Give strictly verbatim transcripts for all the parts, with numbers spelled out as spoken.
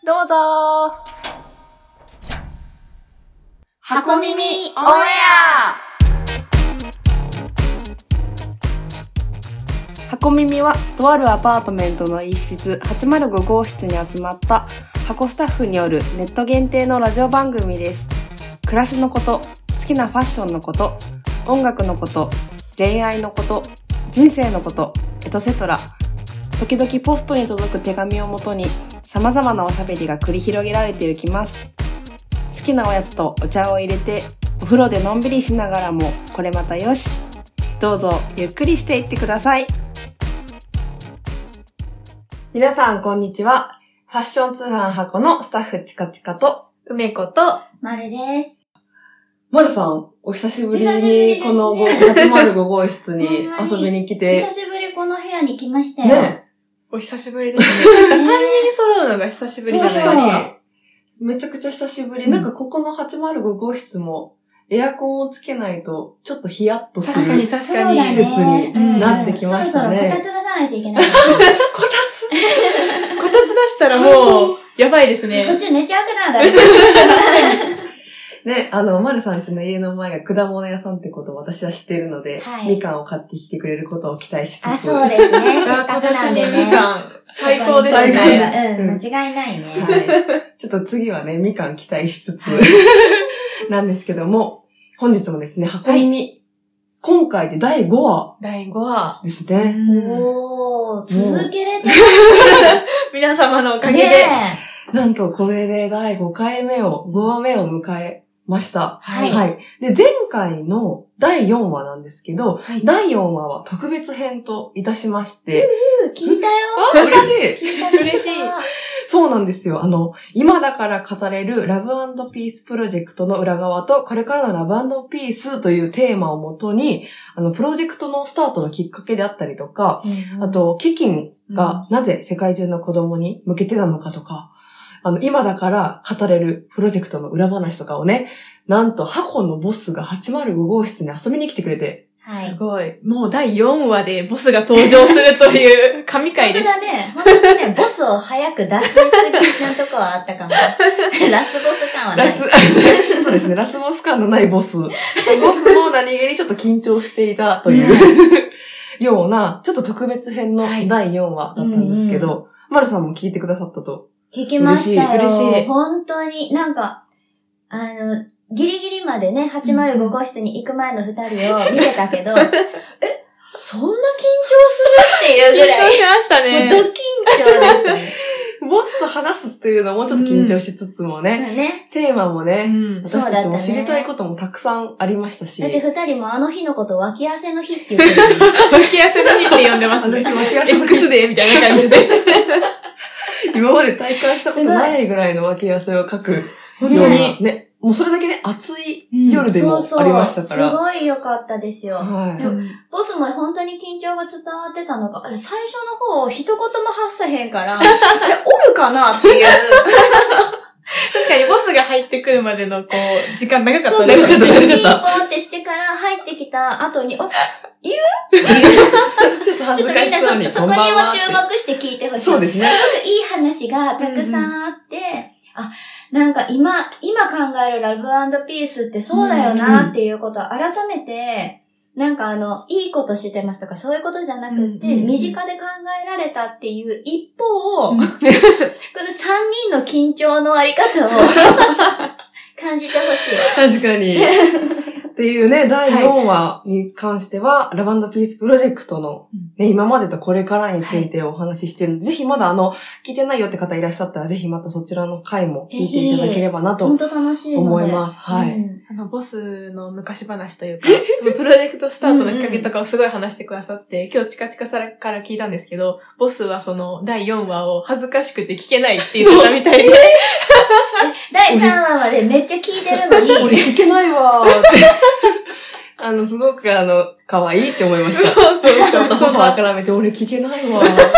どうぞー。 箱耳オンエア。 箱耳はとあるアパートメントの一室はちまるご号室に集まった箱スタッフによるネット限定のラジオ番組です。暮らしのこと、好きなファッションのこと、音楽のこと、恋愛のこと、人生のこと、エトセトラ。時々ポストに届く手紙をもとに様々なおしゃべりが繰り広げられていきます。好きなおやつとお茶を入れてお風呂でのんびりしながらもこれまたよし。どうぞゆっくりしていってください。皆さんこんにちは。ファッション通販箱のスタッフチカチカと梅子とまるです。 まるさん、お久しぶりにこのはちまるご号室に遊びに来て。 久しぶりこの部屋に来ましたよ。 ね。 お久しぶりですね。なんかさんにん揃うのが久しぶりじゃないですか。 確かに。めちゃくちゃ久しぶり。うん、なんかここのはちまるご号室もエアコンをつけないとちょっとヒヤッとする季節になってきましたね。 そろそろこたつ出さないといけない。こたつこたつ出したらもう、やばいですね。 途中寝ちゃうかな、だね、あの、まるさん家の家の前が果物屋さんってことを私は知っているので、はい、みかんを買ってきてくれることを期待しつつ。 あ、そうですね。せっかくなんでね。 みかん、最高ですね。うん、間違いないね。 はい。ちょっと次はね、みかん期待しつつ、なんですけども、本日もですね、箱耳、はい、今回でだいごわ。 だいごわ。 ですね。 おー、続けれてます。 皆様のおかげで。 ね、 なんとこれでだいごかいめを、ごわめを迎えました。 はい。 はい。で、前回のだいよんわなんですけど、はい、だいよんわは特別編といたしまして。 うん、聞いたよ。 あ、嬉しい。 聞いた嬉しい。 そうなんですよ。あの、今だから語れるラブ&ピースプロジェクトの裏側と、これからのラブ&ピースというテーマをもとに、あの、プロジェクトのスタートのきっかけであったりとか、うん、あと、基金がなぜ世界中の子供に向けてなのかとか、あの、今だから語れるプロジェクトの裏話とかをね、なんと箱のボスがはちまるご号室に遊びに来てくれて。 はい。 すごい。もうだいよんわでボスが登場するという神回です。 本当だね。本当にね、ボスを早く脱出するなとこはあったかも。ラスボス感はない。 ラス、そうですね。ラスボス感のないボス。ボスも何気にちょっと緊張していたという、ような、ちょっと特別編のだいよんわだったんですけど、まるさんも聞いてくださったと。 聞きましたよ。 嬉しい。嬉しい。 本当に、なんか、あの、ギリギリまでね、はちまるご号室に行く前の二人を見てたけど、え、そんな緊張するっていうぐらい。 緊張しましたね。 もうド緊張ですね。 ボスと話すっていうのもちょっと緊張しつつもね、うんねテーマもね、うん、私たちも知りたいこともたくさんありましたし。 だって二人もあの日のこと脇汗の日って言ってる。 脇汗の日って呼んでますね。 あの日脇汗の日。 X デーみたいな感じで。 今まで体感したことないぐらいの脇汗をかく。本当にね。もうそれだけね、暑い夜でもありましたから。 うん、そうそうすごい良かったですよ。 はい。 でもボスも本当に緊張が伝わってたのか、あれ最初の方一言も発さへんから、あれおるかなっていう。 確かにボスが入ってくるまでのこう、時間長かったね。そうそうそう。ピンポンってしてから入ってきた後に、あ、いるちょっと恥ずかしそうに。 ちょっとみんな そ, そこにも注目して聞いてほしい。 そうですね。 すごくいい話がたくさんあって、うんうん、あ、なんか今、今考えるラブ&ピースってそうだよなっていうことを改めて、なんかあの、いいことしてますとかそういうことじゃなくって、身近で考えられたっていう一方、このさんにんの緊張のあり方を感じてほしい。 確かに。っていうね、だいよんわに関しては、はい、ラブ&ピースプロジェクトの、ね、今までとこれからについてお話ししてるので、はい、ぜひまだあの、聞いてないよって方いらっしゃったら、ぜひまたそちらの回も聞いていただければなと思います。はい、うん。 あの、ボスの昔話というか、そのプロジェクトスタートのきっかけとかをすごい話してくださって、今日チカチカさらから聞いたんですけど、ボスはそのだいよんわを恥ずかしくて聞けないって言ってたみたいで。 だいさんわまでめっちゃ聞いてるのに。 俺聞けないわーって。あの、すごくあの、可愛いって思いました。 そうそう。 ちょっと母からめて、俺聞けないわーって言って。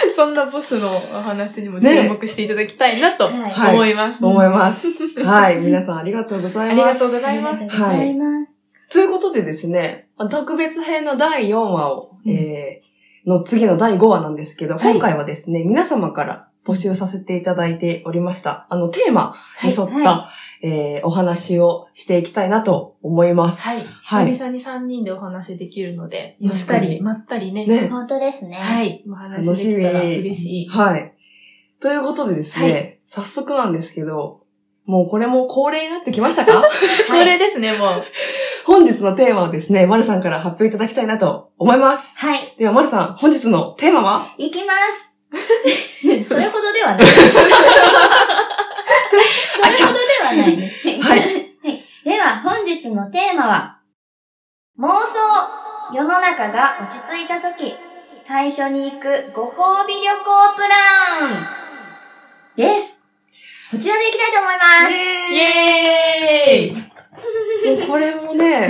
そんなボスのお話にも注目していただきたいなと思います。 はい、思います。はい。皆さんありがとうございます。 ありがとうございます。 ありがとうございます。 ということでですね、特別編のだいよんわを、うん、えー、の次のだいごわなんですけど、はい、今回はですね、皆様から募集させていただいておりました。あの、テーマに沿った、 はいはえー、お話をしていきたいなと思います。 はい。 はい久々にさんにんでお話できるので、ゆっ確かにたり、まったりね。 ね本当ですね。 はい。お話できたら嬉しい。 はい。ということでですね、 はい、 早速なんですけど、もうこれも恒例になってきましたか？ これですね、もう。 本日のテーマをですね、まるさんから発表いただきたいなと思います。 はい。 では、まるさん、本日のテーマは？ いきます。それほどではない。それほどではないね。 はい。 はい。では、本日のテーマは、妄想。世の中が落ち着いたとき、最初に行くご褒美旅行プランです。こちらで行きたいと思います。 イェーイもうこれもね、 うん、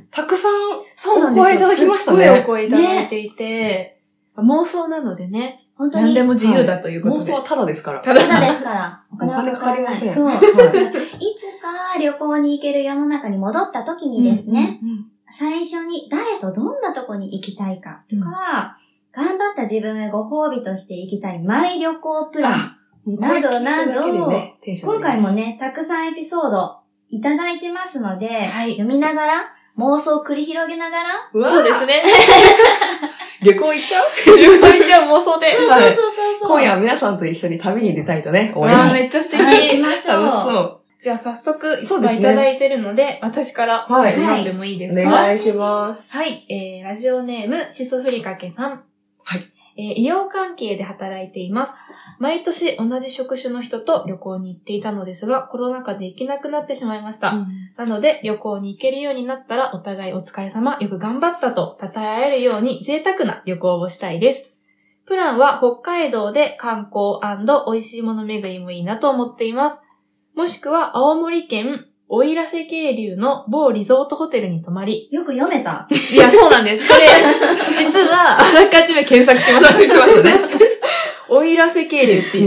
たくさんそうなんですよ。 お声いただきましたね。 すっごいお声いただいていて、ね、妄想なのでね、 本当に何でも自由だということで。 はい、妄想はタダですから。 タダですから。 お金かかりません。 そう。はい、いつか旅行に行ける世の中に戻った時にですね、うんうんうん、最初に誰とどんなとこに行きたいかとか、うん、頑張った自分へご褒美として行きたいマイ旅行プランなどなど、ね、今回もね、たくさんエピソードいただいてますので、はい、読みながら、妄想を繰り広げながら、 そうですね。 旅行行っちゃう旅行行っちゃう妄想で。 そうそうそうそう。 今夜は皆さんと一緒に旅に出たいとね、思います。 あーめっちゃ素敵。 行きましょう。 楽しそう。 じゃあ早速いっぱいいただいてるので、私から読んでもいいですか？ お願いします。 はい、えー、ラジオネーム、しそふりかけさん。 はい。 えー、医療関係で働いています。毎年同じ職種の人と旅行に行っていたのですが、コロナ禍で行けなくなってしまいました。うん、なので、旅行に行けるようになったら、お互いお疲れ様、よく頑張ったと称え合えるように贅沢な旅行をしたいです。プランは北海道で観光&美味しいもの巡りもいいなと思っています。もしくは青森県奥入瀬渓流の某リゾートホテルに泊まり。 よく読めた。 いや、そうなんです。これ、実は、あらかじめ検索しましたね。奥入瀬渓流っていう、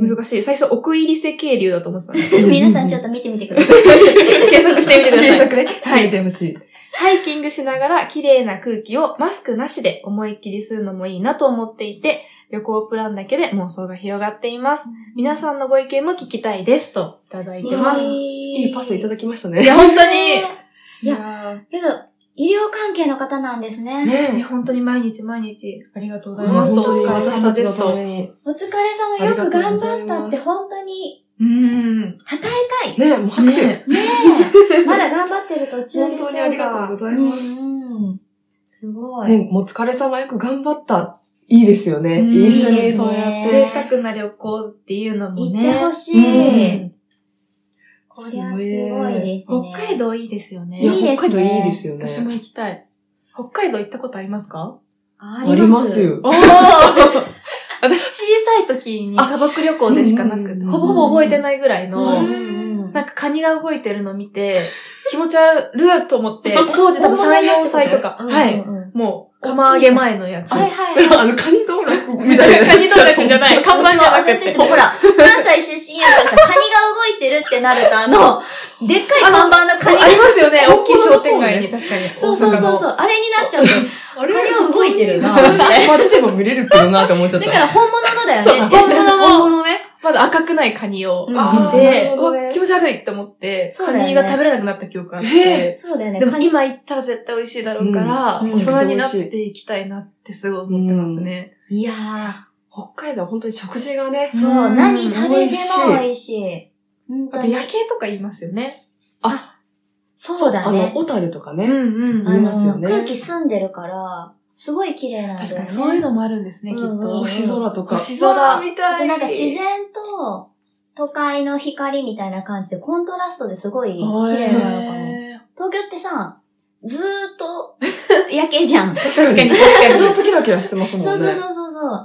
難しい。最初、奥入瀬渓流だと思ってたんですけど。 皆さんちょっと見てみてください。 検索してみてください。 検索ね。はい。見てほしい。 ハイキングしながら綺麗な空気をマスクなしで思いっきり吸うのもいいなと思っていて、旅行プランだけで妄想が広がっています。皆さんのご意見も聞きたいですといただいてます。 いいパスいただきましたね。 いや、本当に。 いや、けど、医療関係の方なんですね。 ねえ、本当に毎日毎日ありがとうございますと。 お疲れ様ですと。お疲れ様、よく頑張ったって本当に。 うん。 たたえたい。 ねえ、もう拍手。ねえ。まだ頑張ってる途中でしょうか。 本当にありがとうございます。 うん。すごい。 ね、もうお疲れ様、よく頑張った。いいですよね。一緒にそうやって。 贅沢な旅行っていうのもね。 行ってほしい。こりゃすごいですね。 北海道いいですよね。 いや、北海道いいですよね。 私も行きたい。北海道行ったことありますか？ ありますよ。 おー私小さい時に家族旅行でしかなくて、ほぼほぼ覚えてないぐらいの、なんかカニが動いてるの見て、気持ち悪いと思って、当時多分さん、よんさいとか、はい。もう、釜揚げ前のやつ。 はいはいはい。 あの、カニ道楽みたいな。 カニ道楽じゃない。看板じゃなくて。 ほら、関西出身やからさ、カニが動いてるってなると、あの、でっかい看板のカニが。 ありますよね。大きい商店街に確かに。 そうそうそうそう。あれになっちゃうと、カニは動いてるな。 街でも見れるけどなって思っちゃった。 だから本物のだよね。 本物の。 本物ね。 まだ赤くないカニを見て、気持ち悪いって思って、カニが食べれなくなった記憶があって。 そうだよね。 でも今行ったら絶対美味しいだろうから、大人になっていきたいなってすごい思ってますね。 いやー。 北海道は本当に食事がね。 そう、何食べても美味しい。 あと夜景とか言いますよね。 あ、そうだね。 あの、小樽とかね。 うんうん。 言いますよね。 空気澄んでるから、すごい綺麗なんだよね。 確かにそういうのもあるんですね、きっと。 星空とか。 星空みたい。 で、なんか自然と都会の光みたいな感じでコントラストですごい綺麗なのかも。東京ってさ、ずーっと夜景じゃん。 確かに確かに。 ずっとキラキラしてますもんね。 そうそうそうそう。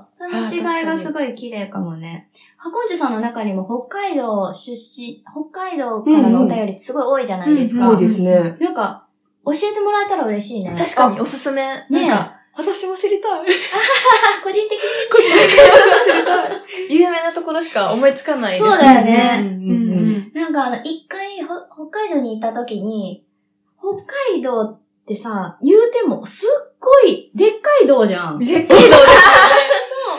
その違いがすごい綺麗かもね。ハコンジさんの中にも北海道出身、北海道からのお便りってすごい多いじゃないですか。 多いですね。 なんか、教えてもらえたら嬉しいね。 確かにおすすめ。 ねえ。 私も知りたい。 個人的に。 個人的に知りたい。有名なところしか思いつかないですね。 そうだよね。なんかあの、一回北海道に行った時に、北海道ってさ、言うてもすっごいでっかい道じゃん。 でっかい道ですよね。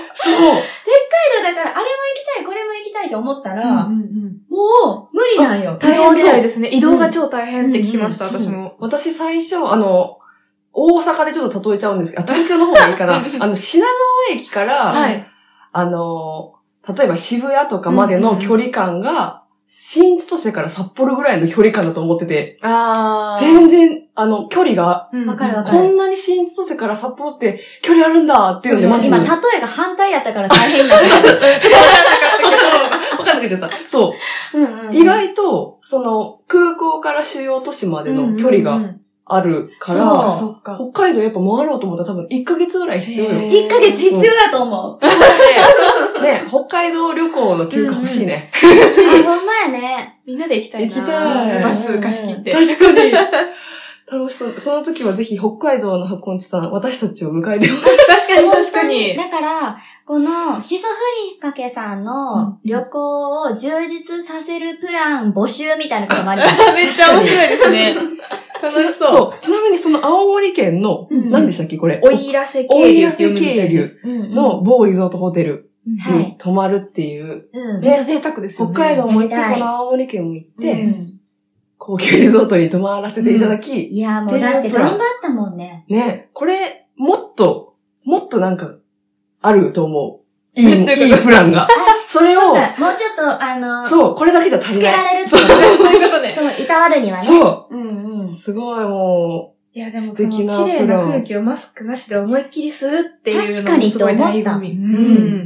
そう。北海道だから、あれも行きたい、これも行きたいと思ったら、うんうんうん、もう、無理なんよ。 大変みたいですね。移動が超大変って聞きました、うんうん、私も。 私最初、あの、大阪でちょっと例えちゃうんですけど、東京の方がいいかな。あの、品川駅から、はい、あの、例えば渋谷とかまでの距離感が、新千歳から札幌ぐらいの距離感だと思ってて、あ全然、あの、距離が、 わかるわかる。 こんなに新千歳から札幌って距離あるんだっていうので、まず。 今、例えが反対やったから大変だった。ちょっとわかんなかったけど、わかんなくなった。そう。うんうん、意外と、その、空港から主要都市までの距離があるから、うんうんうん、そうか北海道やっぱ回ろうと思ったら多分いっかげつぐらい必要よ。 いっかげつ必要だと思う。 ね、北海道旅行の休暇欲しいね。 うんうん、あ、ほんまやね。 みんなで行きたいな。 行きたい。 バス貸し切って。 確かに。楽しそう。その時はぜひ北海道の箱んちさん、私たちを迎えてもら確かに確かに。 だから、この、しそふりかけさんの旅行を充実させるプラン募集みたいなこともあります。 めっちゃ面白いですね。楽しそう。 そう。ちなみにその青森県の、うん、何でしたっけこれ。 おいらせ渓流って読むみたいです。 の某リゾートホテルに泊まるっていう。 うん、めっちゃ贅沢ですよね。 北海道も行って、この青森県も行って、うん高級リゾートに泊まらせていただき、うん、 いや、もうだって頑張ったもんね。 ね、これ、もっと、もっとなんか、あると思う。いい、いいプランが。それを、 そうだ、もうちょっと、あの、 そう、これだけで足りない。 つけられるってことそういうことね。そう、いたわるにはね。 そう。うんうん。すごいもう、 いや、でも、素敵な綺麗な空気をマスクなしで思いっきりするっていうのもすごい醍醐味。 確かにと思った。うん。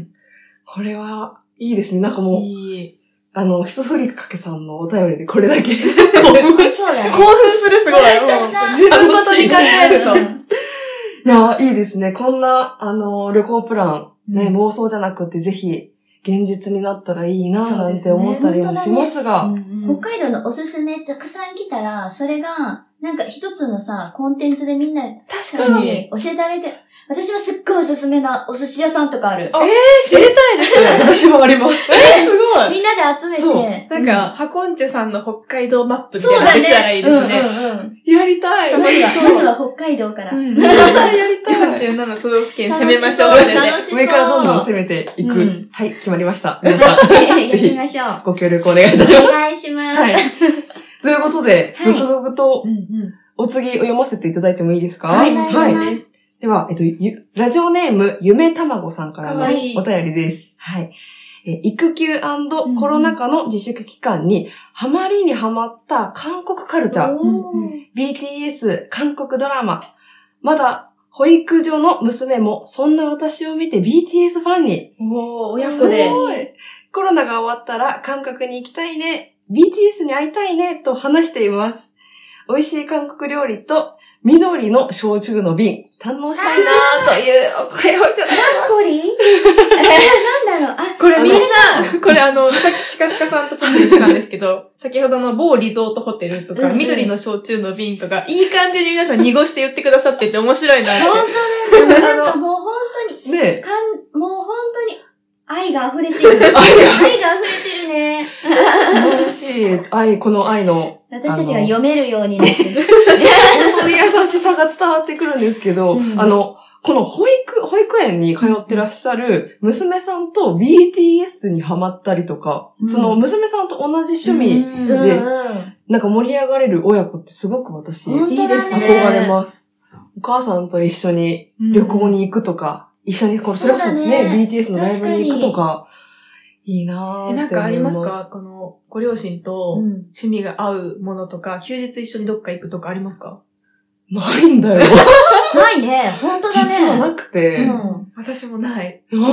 これは、いいですね。なんかもう、いいあの、ひそふりかけさんのお便りでこれだけ興奮した。興奮するすごい。自分ごとに考えると。 いや、いいですね。こんな、あの、旅行プラン、ね、うん、妄想じゃなくてぜひ、現実になったらいいな、なんて思ったりもしますが、 ねうんうん。北海道のおすすめたくさん来たら、それが、なんか一つのさ、コンテンツでみんな、 確かに教えてあげて。私もすっごいおすすめなお寿司屋さんとかある。 えー、知りたいです。 私もあります。 えー、すごい。 みんなで集めて。 そうなんか、ハコンチェさんの北海道マップみたいなのできたらいいですね。 うんうんうん、 やりたい。 まずは、まずは北海道から。うん、 やりたい。よんじゅうなな都道府県攻めましょう。 上からどんどん攻めていく。うん、はい、決まりました。皆さん、ぜひ、ご協力お願いいたします。 お願いします。 はい。ということで、続々と、お次を読ませていただいてもいいですか？ はい、お願いします。 では、えっと、ラジオネーム、ゆめたまごさんからのお便りです。はい。え育休&コロナ禍の自粛期間に、ハマりにハマった韓国カルチャー、ビーティーエス、韓国ドラマ、まだ保育所の娘もそんな私を見て ビーティーエス ファンに。 おー、親子で。 すごい。コロナが終わったら韓国に行きたいね、ビーティーエス に会いたいね、と話しています。美味しい韓国料理と、緑の焼酎の瓶、堪能したいなーというお声をいただきます。 マッコリえー、なんだろうあ、 これみんな、これあの、さっきちかちかさんとちょっと言ってたんですけど、先ほどの某リゾートホテルとか、うんうん、緑の焼酎の瓶とか、いい感じに皆さん濁して言ってくださってて面白いなって。 本当です。なんかもう本当に、 ねかん、もう本当に、愛が溢れてる。愛が溢れてるね。 素晴らしい愛、この愛の。 私たちが読めるようになってる。 本当に優しさが伝わってくるんですけど、うん、あの、この保育、保育園に通ってらっしゃる娘さんと ビーティーエス にハマったりとか、うん、その娘さんと同じ趣味で、なんか盛り上がれる親子ってすごく私、 いいですね。 憧れます。お母さんと一緒に旅行に行くとか、一緒に、これ、それこそね、ね ビーティーエス のライブに行くとか、いいなぁって思います。 なんかありますかこの、ご両親と趣味が合うものとか、うん、休日一緒にどっか行くとかありますか？ ないんだよ。 ないね。本当だね。 実はなくて。 うん。私もない。 うん。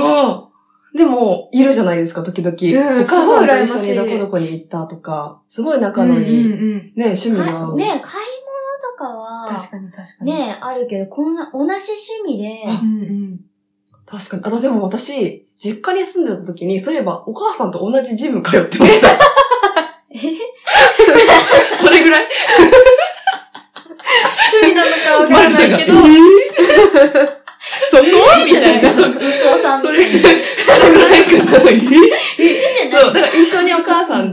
でも、いるじゃないですか、時々。うん、お母さんと一緒にどこどこに行ったとか、すごい仲のいい、うんうんうん、ね、趣味が合う。 ね、買い物とかは、 確かに確かに。 ね、あるけど、こんな、同じ趣味で、 うんうん確かに。あとでも私、実家に住んでた時に、そういえばお母さんと同じジム通ってました。 えそれぐらい趣味なのかわからないけど。えー、 そこみたいな。 そう、嘘さんみたいな。 それぐらいかな。そう、だから一緒にお母さんと、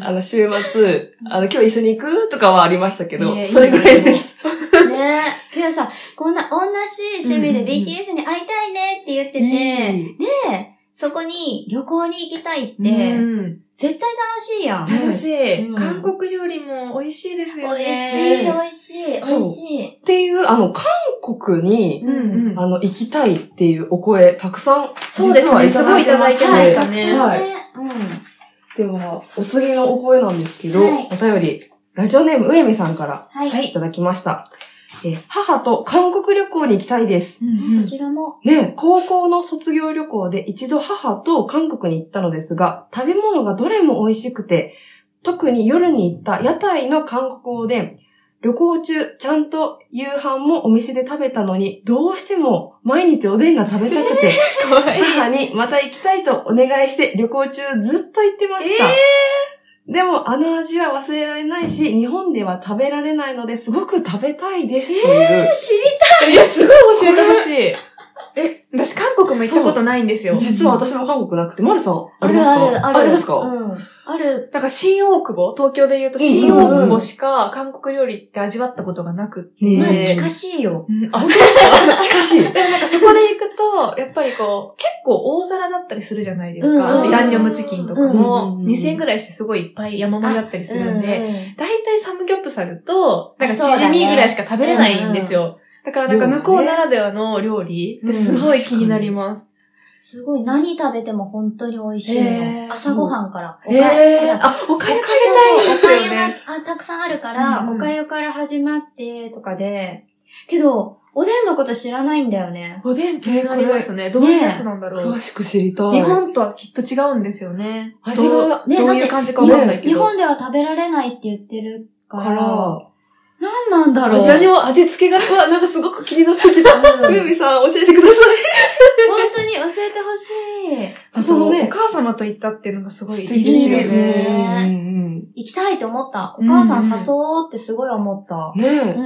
あの、週末、あの、今日一緒に行くとかはありましたけど、 いやそれぐらいです。 ねえ。けどさ、こんな同じ趣味で ビーティーエス に会いたいねって言ってて、 いいで、そこに旅行に行きたいって、 うん絶対楽しいやん。 楽しい、 うん。 韓国料理も美味しいですよね。 美味しい、美味しい、美味しい。 っていう、あの、韓国に、 うんうん、 あの、行きたいっていうお声、たくさん、 そうですね、すごいいただいてましたね。 はい。うん。 では、お次のお声なんですけど、 はい、 お便り、ラジオネーム、上見さんから、 はい。 いただきました。え母と韓国旅行に行きたいです。 うんうん、こちらも。 ね、高校の卒業旅行で一度母と韓国に行ったのですが、食べ物がどれも美味しくて、特に夜に行った屋台の韓国おでん、旅行中ちゃんと夕飯もお店で食べたのに、どうしても毎日おでんが食べたくて、母にまた行きたいとお願いして旅行中ずっと言ってました。えーでも、あの味は忘れられないし、日本では食べられないのですごく食べたいですという。 えー、知りたい。 いや、すごい教えてほしい。え、私韓国も行ったことないんですよ。 実は私も韓国なくて、マルさん、ありますか？ あるある。 ありますか？ うん。ある。 だから新大久保、東京で言うと新大久保しか韓国料理って味わったことがなくって。 まあ、近しいよ。 うん、あ、本当ですか？近しい。でもなんかそこで行くと、やっぱりこう、結構大皿だったりするじゃないですか。うん、ヤンニョムチキンとかも、にせんえんくらいしてすごいいっぱい山盛りだったりするんで、だいたいサムギョプサルと、なんかチヂミぐらいしか食べれないんですよ。だからなんか向こうならではの料理ってすごい気になります。 すごい、何食べても本当に美味しいの。朝ごはんから。 おかゆ。あ、おかゆ食べたいですよね。 おかゆがたくさんあるから、うんうん、おかゆから始まってとかで。けど、おでんのこと知らないんだよね。 おでん気になりますね。どういうやつなんだろう。 詳しく知りたい。 日本とはきっと違うんですよね。 味が、 ね、どういう感じかわかんないけど。 日本では食べられないって言ってるから。から何なんだろう。 味の味付けが、なんかすごく気になってきた。ゆうみさん、教えてください。 本当に教えてほしい。 あとのね、お母様と行ったっていうのがすごいいいですよね。 いいですね。行きたいと思った。お母さん誘おうってすごい思った。 ねえ。 うん。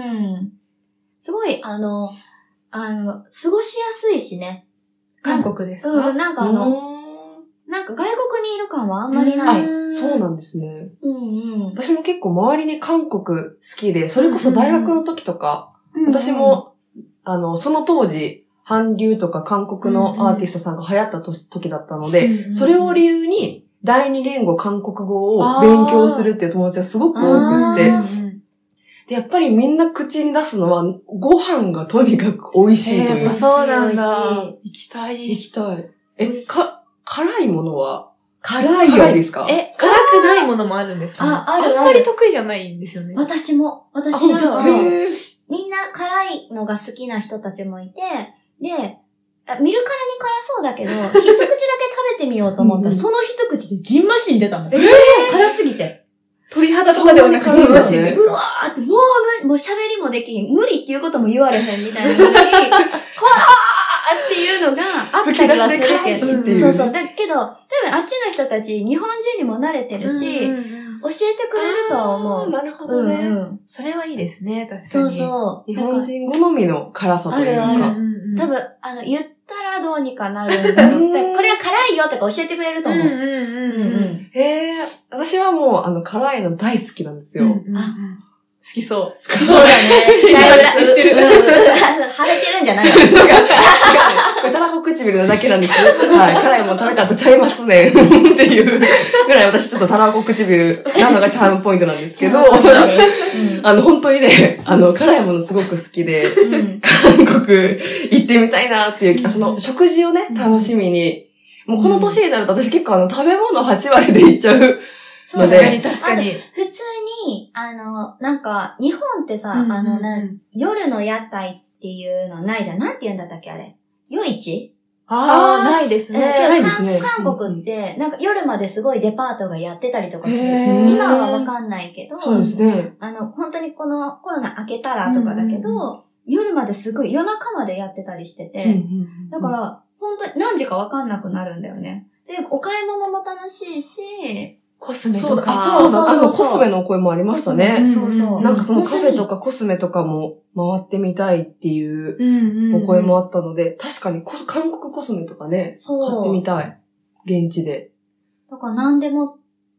すごい、あの、あの、過ごしやすいしね。 韓国ですか？ うん、なんかあの、なんか外国にいる感はあんまりない。 あ、そうなんですね。 うんうん。 私も結構周りに韓国好きで、それこそ大学の時とか、 うんうん、 私も、あの、その当時、韓流とか韓国のアーティストさんが流行った時だったので、うんうん、それを理由に第二言語韓国語を勉強するっていう友達がすごく多くて、で、やっぱりみんな口に出すのは、ご飯がとにかく美味しいという。 やっぱそうなんだ。行きたい。 行きたい。え、か、辛いものは辛いやですか？ え、辛くないものもあるんですか？ あ、あるある。 あんまり得意じゃないんですよね。 私も。私なんか、みんな辛いのが好きな人たちもいて、で、見るからに辛そうだけど、一口だけ食べてみようと思ったら、うんうん、その一口でジンマシン出たもん。えー、辛すぎて。 鳥肌とかではなくジンマシンで。 うわーって、もう、もう喋りもできん。無理っていうことも言われへんみたいなのに、こわーっていうのがあったりはするけど。うん、そうそう。だけど、多分あっちの人たち、日本人にも慣れてるし、うんうんうん、教えてくれるとは思う。 なるほどね、 うんうん。それはいいですね、確かに。 そうそう。 日本人好みの辛さというか。 あるある。多分、あの、言ったらどうにかなるんだろう。これは辛いよとか教えてくれると思う。うんうんうんうん、へー、私はもう、あの、辛いの大好きなんですよ。 うんうん、あ、好きそう。好きそうだね。 好きそうな口してる。 腫れてるんじゃないの？違う。違う。たらこ唇なだけなんですよ。はい。辛いもん食べた後ちゃいますね。っていうぐらい私ちょっとたらこ唇なのがチャームポイントなんですけど、うん、あの、本当にね、あの、辛いものすごく好きで、うん、韓国行ってみたいなっていう、うん、その食事をね、楽しみに、もうこの年になると私結構あの、食べ物はち割でいっちゃう。 そう確かに確かに。 普通に、あの、なんか、日本ってさ、うんうん、あのな、夜の屋台っていうのないじゃん。なんて言うんだったっけあれ。夜市？ ああ、ないですね。 ないですね。 韓国って、なんか夜まですごいデパートがやってたりとかする。今はわかんないけど、 そうですね。 あの、本当にこのコロナ明けたらとかだけど、うんうん、夜まですごい夜中までやってたりしてて、うんうんうん、だから、本当に何時かわかんなくなるんだよね。で、お買い物も楽しいし、 コスメとか。 そうだ、そうだ、あの、コスメのお声もありましたね。 そうそう。 なんかそのカフェとかコスメとかも回ってみたいっていうお声もあったので、確かにコス韓国コスメとかね、買ってみたい。現地で。 だから何でも、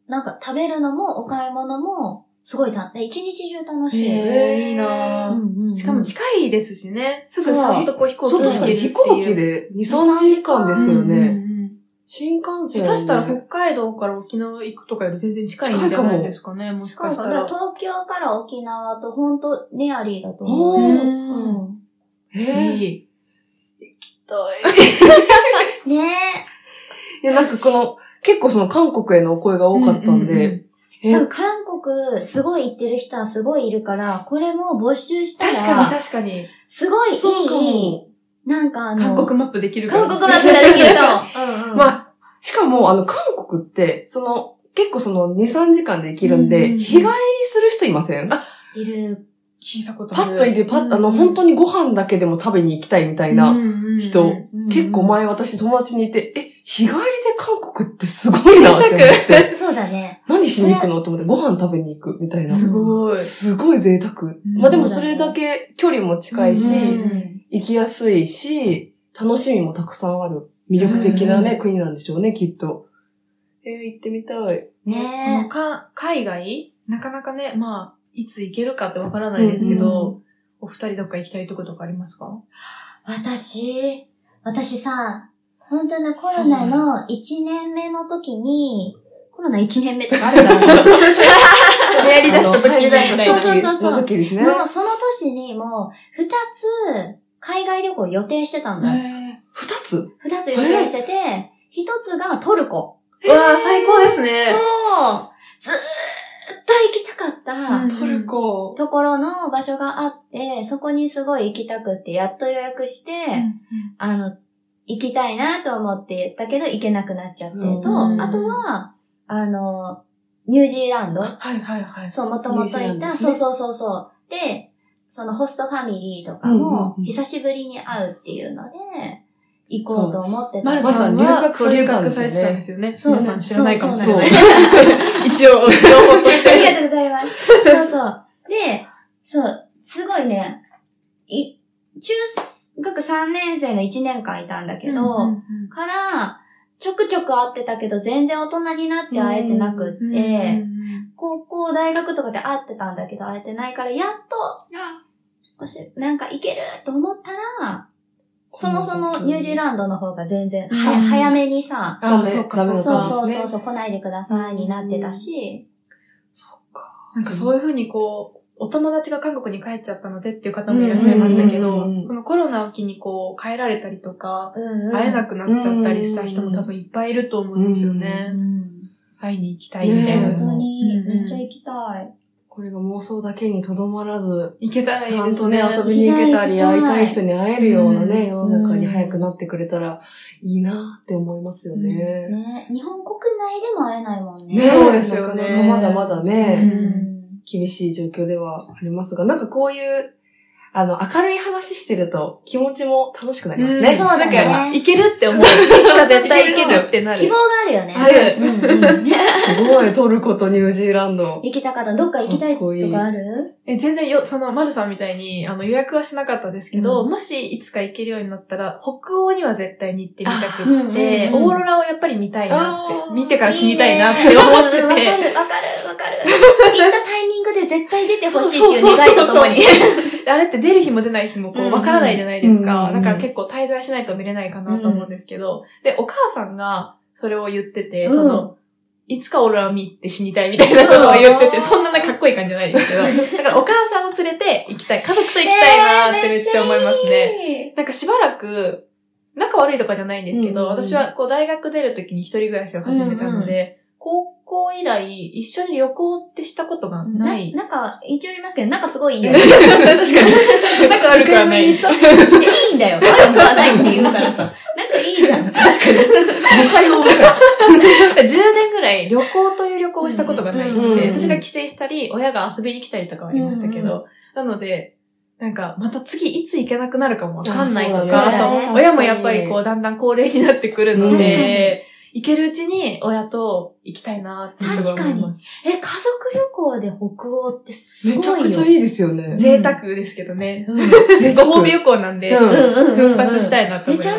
なんか食べるのもお買い物も、すごいた、一日中楽しい。 へー、いいなぁ、 うんうんうん。 しかも近いですしね。すぐさっとこう飛行機そう、 で確かに飛行けるっていう。 行機でに、さんじかんですよね。 うんうんうん新幹線、ね。 下手したら北海道から沖縄行くとかより全然近いんじゃないですかね、もしかしたら。 そうそう、東京から沖縄とほんとネアリーだと思う。 おーうん。 へいい。 行きたい。 ねいや、なんかこの、結構その韓国へのお声が多かったんで、 うんうんうんえ。多分韓国、すごい行ってる人はすごいいるから、これも募集したら、 確かに確かに。 すごいいそうかいも、 なんかあの、 韓国マップできるから。 韓国マップができると。うんうん。 まあ、しかも、あの、韓国って、その、結構そのに、さんじかんで行けるんで、 うんうんうん日帰りする人いません？ あいる。 聞いたことある。 パッといて、パッ、あの、本当にご飯だけでも食べに行きたいみたいな人、 うん結構前私友達にいて、え、日帰りで韓国ってすごいなって思って。 そうだね。 何しに行くのって思って、ご飯食べに行くみたいな。 すごい。 すごい贅沢。まあでもそれだけ距離も近いし、 うん行きやすいし、楽しみもたくさんある。魅力的なね、国なんでしょうね、きっと。えー、行ってみたい。 ねか海外なかなかね、まあ、いつ行けるかってわからないですけど、 うんお二人どっか行きたいとことかありますか？ 私、私さ、本当にコロナのいちねんめの時に、コロナいちねんめとかあるからね。 流行り出した時に流行り出したそうそう時そうそうの時ですね。 もうその年にもう、二つ海外旅行予定してたんだよ。 へ二つ二つ予定してて、一つがトルコ。 ー。うわー、最高ですね。 そうずーっと行きたかった。 うんトルコ。 ところの場所があって、そこにすごい行きたくって、やっと予約して、あの、行きたいなと思って言ったけど、行けなくなっちゃってと、 うんあとは、あの、ニュージーランド。 はいはいはい。 そう、もともといた、 ニュージーランドですねそうそうそうそう。で、そのホストファミリーとかうんうんもう、ん久しぶりに会うっていうので、行こうと思ってた。 マルさんマルさんは留学されてたんですよね留学されてたんですよね。 そう皆さん知らないかもしれない。 そう一応、情報としありがて。 とうございます。そうそう。で、そう、すごいね、い、中学さんねん生のいちねんかんいたんだけど、から、ちょくちょく会ってたけど、全然大人になって会えてなくって、高校、大学とかで会ってたんだけど、会えてないから、やっと、私なんか行けると思ったら、そもそもニュージーランドの方が全然、 うんは早めにさ、 あ、 ダメそうか、 ダメそうか。 そうそうですねそうそう、来ないでくださいになってたし、 そっか。 なんかそういうふうにこう、お友達が韓国に帰っちゃったのでっていう方もいらっしゃいましたけど、 うんうんうんうんこのコロナを機にこう、帰られたりとか、 うんうん、 会えなくなっちゃったりした人も多分いっぱいいると思うんですよねう。ん会いに行きたいみたいなねえ本当に、 うんうんめっちゃ行きたい。 これが妄想だけにとどまらず、 行けたらいちゃんいですね。 とね、遊びに行けたり、 行きたい会いたい人に会えるようなね、 うん世の中に早くなってくれたらいいなって思いますよね。 ね、日本国内でも会えないもんね。 ねそうですよねなかなかまだまだうね、 ん厳しい状況ではありますが、なんかこういう、あの、明るい話してると気持ちも楽しくなりますうんね。 そうだねなんか、行けるって思う。いつか絶対行けるってなる。 希望があるよね。 あるうんうんすごい、トルコとニュージーランド。 行きたかった。どっか行きたいとかあるえ、全然よ、その、マルさんみたいに、あの、予約はしなかったですけど、 うんもし、いつか行けるようになったら、北欧には絶対に行ってみたくあうんって、 うんうんオーロラをやっぱり見たいなって、 あー見てから死にたいなって思っていいねうんわかる、わかて。 る、わかる。行ったタイミングで絶対出てほしいっていう願いとともに。 あれって出る日も出ない日もこう、 うんうんわからないじゃないですか。 うんだから結構滞在しないと見れないかなと思うんですけど、で、お母さんがそれを言ってて、 うんその、いつかオーロラを見て死にたいみたいなことを言ってて、 うんそんなかっこいい感じじゃないですけど、だからお母さんを連れて行きたい、家族と行きたいなーってめっちゃ思いますね。 ね。 なんかしばらく、仲悪いとかじゃないんですけど、 うんうんうん私はこう大学出るときに一人暮らしを始めたので、高校以来一緒に旅行ってしたことがない。 ななんか、一応言いますけど、なんかすごいいいよね。 確かに。なんか悪くはない。 いいんだよ。悪くはないって言うからさ。なんかいいじゃん。確かに。 誤解を覚えじゅうねんぐらい旅行という旅行をしたことがないので、 うんうんうん私が帰省したり、親が遊びに来たりとかはありましたけど、なので、なんか、また次いつ行けなくなるかもわかんないとか、 あそうだねあと、親もやっぱりこう、だんだん高齢になってくるので、行けるうちに親と行きたいなってすごい思います。 え、家族旅行で北欧ってすめちゃごいよ。 くちゃいいですよね。 贅沢ですけどね。 うん。 ご褒美旅行なんで、 うんうんうんうんうん奮発したいなと思います。 めちゃめちゃ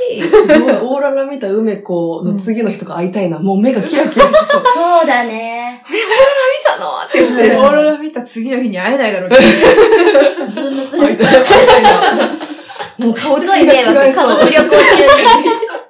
い。すごい、オーララ見た梅子の次の人が会いたいな。もう目がキラキラしてそう。 そうだね。 見たのって言って。 オーロラ見た次の日に会えないだろうけど。 ズームする。 会いたい会いたいな。もう顔つきが違いそう。 家族旅行中に。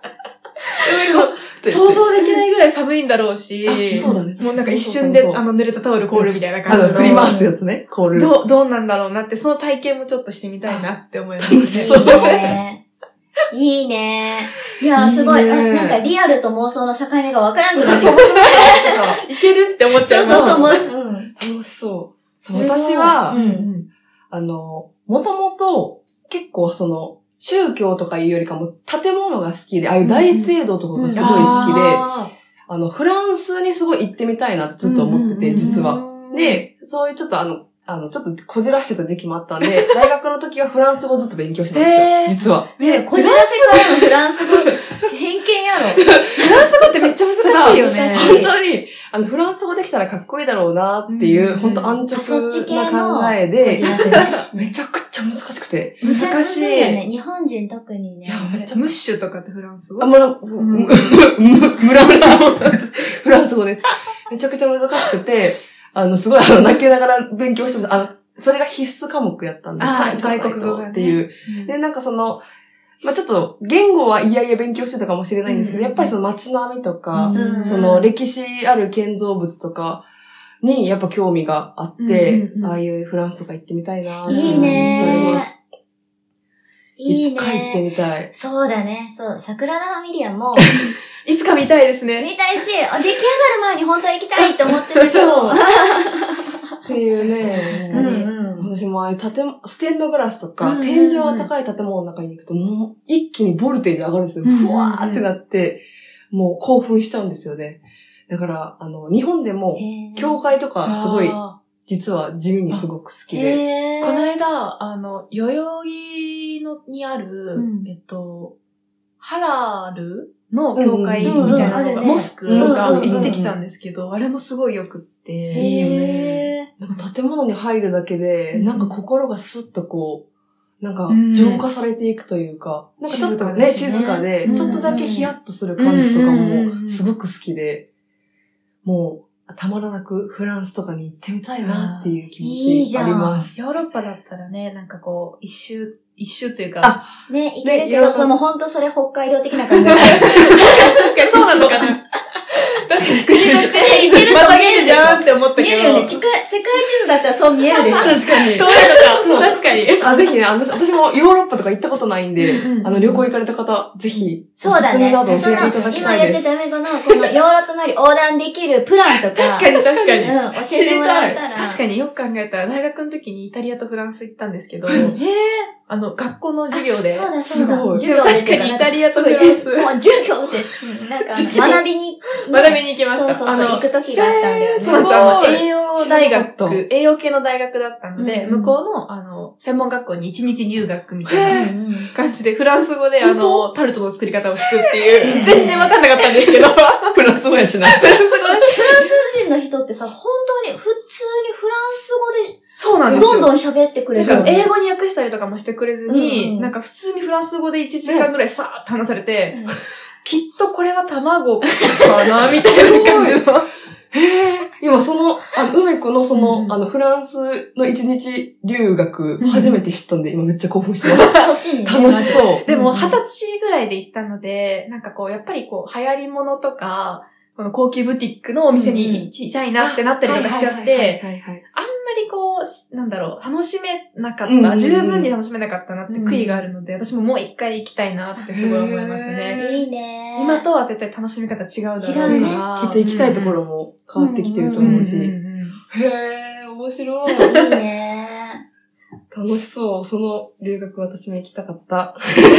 想像できないぐらい寒いんだろうし。 そうだね。 もうなんか一瞬で、あの、濡れたタオル凍るみたいな感じの。 あの、振り回すやつね、凍る。 どう、どうなんだろうなって、その体験もちょっとしてみたいなって思いますね。 楽しそういいね。いいね。いや、すごい。 いいねなんかリアルと妄想の境目がわからんくなっちゃう。 いけるって思っちゃう。 そうそうそう、もう、うん。 楽しそう。そう、私は、 うんうん。 あの、もともと、結構その、宗教とかいうよりかも、建物が好きで、ああいう大聖堂とかがすごい好きで、 ああの、フランスにすごい行ってみたいなってずっと思ってて、 うんうんうん実は。 ー、 で、そういうちょっとあの、あの、ちょっとこじらしてた時期もあったんで、大学の時はフランス語をずっと勉強してたんですよ、 へー実は。 ね、こじらせからのフランス語、偏見やろ。 フランス語ってめっちゃ難しいよね。 難しい本当に、あの、フランス語できたらかっこいいだろうなっていう、 うん本当安あそっち系直のな考えこでじ、らせね。 めちゃくちゃ難しくて。 難しいよね。日本人特にね。 いやめっちゃムッシュとかってフランス語あ、むら、 んむ、むらむら語。フランス語です。めちゃくちゃ難しくて、あの、すごい、あの、泣きながら勉強してました。あの、それが必須科目やったんで、 あー書いとかないと外国語がねっていう。で、なんかその、まあ、ちょっと、言語はいやいや勉強してたかもしれないんですけど、 うんやっぱりその街並みとか、 うんその歴史ある建造物とかにやっぱ興味があって、 うんうんうんああいうフランスとか行ってみたいなーっていい思っちゃいねます。 いいいつか行ってね。 みたい。 そうだね。そう、桜田ファミリアも、 いつか見たいですね。 見たいし、あ出来上がる前に本当は行きたいって思ってたけど。 そうっていうね。 確かにうん私もああいう建物、ステンドグラスとか、 うんうんうん天井が高い建物の中に行くと、もう一気にボルテージ上がるんですよ。 うんうんうんふわーってなって、もう興奮しちゃうんですよね。だから、あの、日本でも、 へー教会とかすごい、 あ実は地味にすごく好きで。 へーーこの間、あの、代々木のにある、 うんえっと、ハラルの教会みたいなのうんうんうんが、 あるねモスクうんがうんうん行ってきたんですけど、あれもすごい良くって。 いいよねへなんか建物に入るだけで、 うんなんか心がスッとこう、なんかうん浄化されていくというか、なんかちょっとね、 静かですね静かで、 うんちょっとだけヒヤッとする感じとかうんうんうんうんもすごく好きで、もうたまらなくフランスとかに行ってみたいなっていう気持ちあります。 ヨーロッパだったらね、なんかこう、一周、一周というか、 あーね、行けるけど、 ねその本当それ北海道的な考え。 確かにそうなのかな。確かに、国と国行けるとまた見えるじゃんって思ったけど。 見えるよね。世界世界地図だったらそう見えるでしょ。 確かにどう。 そうやのか。確かに。 あ、ぜひね、あの私もヨーロッパとか行ったことないんで、 うんうんあの旅行行かれた方、ぜひ、 そうだね。 おすすめなど教えそのていただき今言ってたいです。 ためこの、このヨーロッパなり横断できるプランとか。 確かに確かに。 うん、教えてもらったら。 確かによく考えたら、大学の時にイタリアとフランス行ったんですけど、 へー。 あの、学校の授業で、 そうだそうだ。 すごい授業で確かにイタリアとフランスすごいもう授業で、うんなんかあの学びに、 学びに行きました。 そうそうそう、 あの行く時があったんだよね。 そうなんです。あの、 すごい栄養大知らなかっ学、栄養系の大学だったので、 うんうん向こうの、あの、専門学校に一日入学みたいなうんうん感じで、フランス語で、あ本当の、タルトの作り方を聞くっていう、全然わかんなかったんですけど、フフランス語やしな。 ランス語で、 フランス人の人ってさ、本当に普通にフランス語でそうなんですよ。 どんどん喋ってくれしるよね。 かも英語に訳したりとかもしてくれずに、 うんうんなんか普通にフランス語でいちじかんぐらいさーっと話されて、 うんきっとこれは卵かなみたいな感じの。 今その、あの、梅子のその、 うんあの、フランスの一日留学、 うん初めて知ったんで、今めっちゃ興奮してます。 そっちにね。 楽しそう。 でも、 うん二十歳ぐらいで行ったので、なんかこう、やっぱりこう、流行り物とか、この高級ブティックのお店に行きたいなってなったりとかしちゃって、 はいはいはいあんまりこうし、なんだろう、楽しめなかった、 うんうんうん十分に楽しめなかったなって悔いがあるので、私ももう一回行きたいなってすごい思いますね。 いいね。 今とは絶対楽しみ方違うだろうから。 違うねきっと行きたいところも変わってきてると思うし。 うんうんうんへー、面白い。 いいね。 楽しそう。その留学私も行きたかった。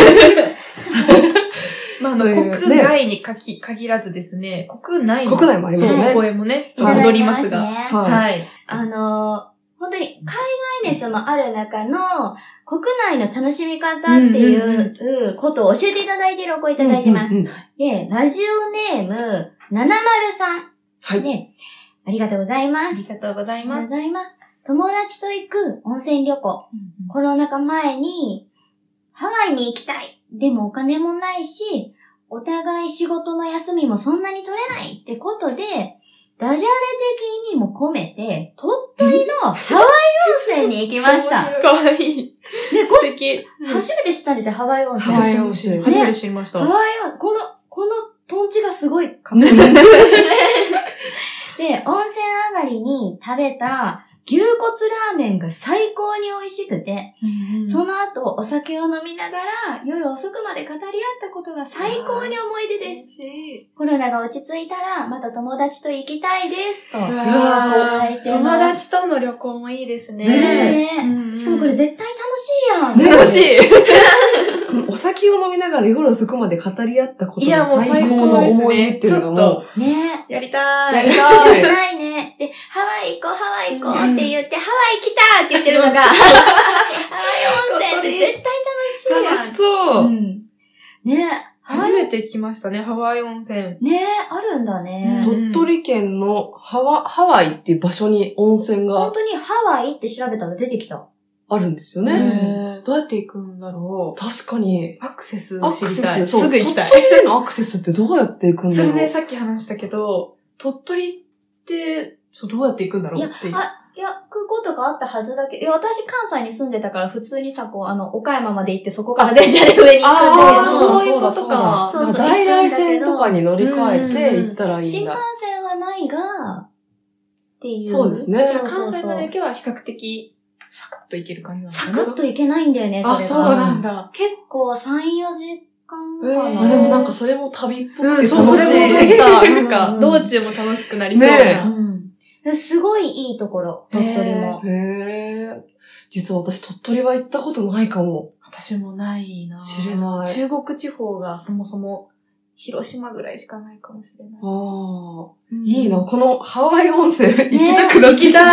まあ、あの、 という国外にかき限らずですね、国内の国内もありますねそうお声もね、 いただ戻りきまが。 ますすね。 はいはい。 あの、本当に海外熱もある中の国内の楽しみ方っていうことを教えていただいているお声いただいてます。 うんうんうんで、ラジオネームななまるさん。 はい。 ね、ありがとうございまあす。 りがとうございありがとうます。 ございます。友達と行く温泉旅行。コロナ禍前にハワイに行きたい。 でもお金もないし、お互い仕事の休みもそんなに取れないってことで、ダジャレ的意味も込めて、鳥取のハワイ温泉に行きました。 かわいい。 で、こ素敵。 初めて知ったんですよ、ハワイ温泉。 ハワイ温泉。初めて知りました。 ハワイ温泉、この、このトンチがすごいかっこいい。で、温泉上がりに食べた牛骨ラーメンが最高に美味しくて、うんうん、その後お酒を飲みながら夜遅くまで語り合ったことが最高に思い出です。コロナが落ち着いたらまた友達と行きたいですと。うわ友達との旅行もいいですね。 ねえ、うんうん。しかもこれ絶対楽しいやん。 ね、楽しい。 お酒を飲みながら夜遅くまで語り合ったことが最高の思い出っていうのも。 ねやりたい。 やりたい。 やりたいね。で、ハワイ行こう、ハワイ行こうって言って、うん、ハワイ来たって言ってるのが、ハワイ温泉って絶対楽しいやん。 楽しそう。うん、 ね初めて来ましたね、ハワイ温泉。 ねあるんだね。 鳥取県のハワ、ハワイっていう場所に温泉が。 本当にハワイって調べたら出てきた。 あるんですよね。 どうやって行くんだろう。 確かに。 アクセス知りたい。 すぐ行きたい。鳥取へのアクセスってどうやって行くんだろう。 それね、さっき話したけど、鳥取って、そう、どうやって行くんだろうっていう。 いや、あ、いや、空港とかあったはずだけど、いや、私関西に住んでたから普通にさ、こう、あの、岡山まで行ってそこから電車で上に行くああ、そういうことか。 そうそう。在来線とかに乗り換えて行ったらいいんだ。 新幹線はないが、っていう。 そうですね。 じゃあ関西まで行けば比較的、サクッと行ける感じなんですか？サクッと行けないんだよね、それが。 あ、そうなんだ。 結構さん、よじかんかな。 あ、でもなんかそれも旅っぽくて楽しい。 そう、それも思った。なんか、道中も楽しくなりそうな。 すごいいいところ、鳥取も。 へー。実は私鳥取は行ったことないかも。 私もないな。 知れない。 中国地方がそもそも広島ぐらいしかないかもしれない。 ああ、うん、いいな。このハワイ温泉行きたくなってきた。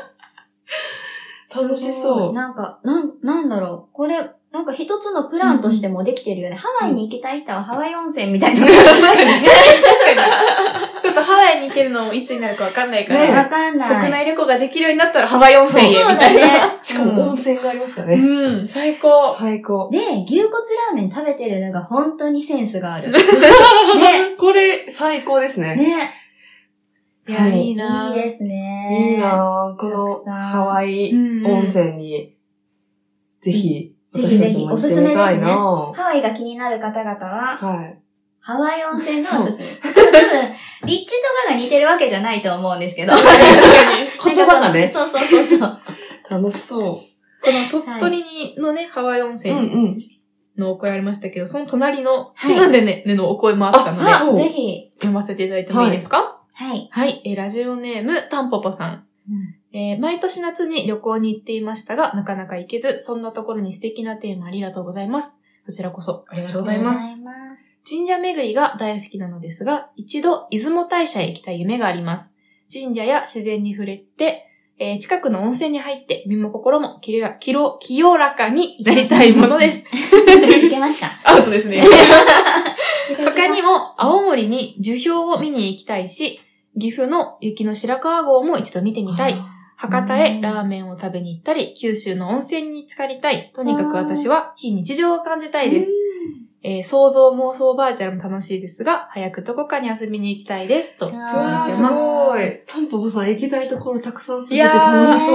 楽しそう。 なんか、なん、なんだろう。これ、なんか一つのプランとしてもできてるよね。うん、ハワイに行きたい人はハワイ温泉みたいな。確かに。確かに。 ちょっとハワイに行けるのもいつになるかわかんないから。 ね、わかんない。 国内旅行ができるようになったらハワイ温泉へみたいな。 ね、 しかも温泉がありますからね。 うん、最高。 最高。 で、牛骨ラーメン食べてるのが本当にセンスがある。ね。 これ、最高ですね。 ね。 いや、いいな。 いいですね。 いいな。このハワイ温泉に、ぜひ、 ぜひぜひ、おすすめですね。ハワイが気になる方々は、はい。ハワイ温泉がおすすめ。多分、立地とかが似てるわけじゃないと思うんですけど。 確かに。言葉がね。 そうそうそうそう。 楽しそう。 この鳥取にのね、ハワイ温泉のお声ありましたけど、その隣の島根ねのお声もあったので、 ぜひ読ませていただいてもいいですか？ はい。 はい。えー、ラジオネーム、タンポポさん。うんえー、毎年夏に旅行に行っていましたが、なかなか行けず、そんなところに素敵なテーマありがとうございます。こちらこそありがとうございます。神社巡りが大好きなのですが、一度出雲大社へ行きたい夢があります。神社や自然に触れて、えー、近くの温泉に入って身も心も清ら清らかになりたいものです。 いけました。 アウトですね。他にも、青森に樹氷を見に行きたいし、岐阜の雪の白川郷も一度見てみたい。博多へラーメンを食べに行ったり、九州の温泉に浸かりたい。とにかく私は非日常を感じたいです。えー、想像妄想バーチャルも楽しいですが、早くどこかに遊びに行きたいです。と。うわー、すごい。タンポポさん行きたいところたくさんすぎて楽しそう。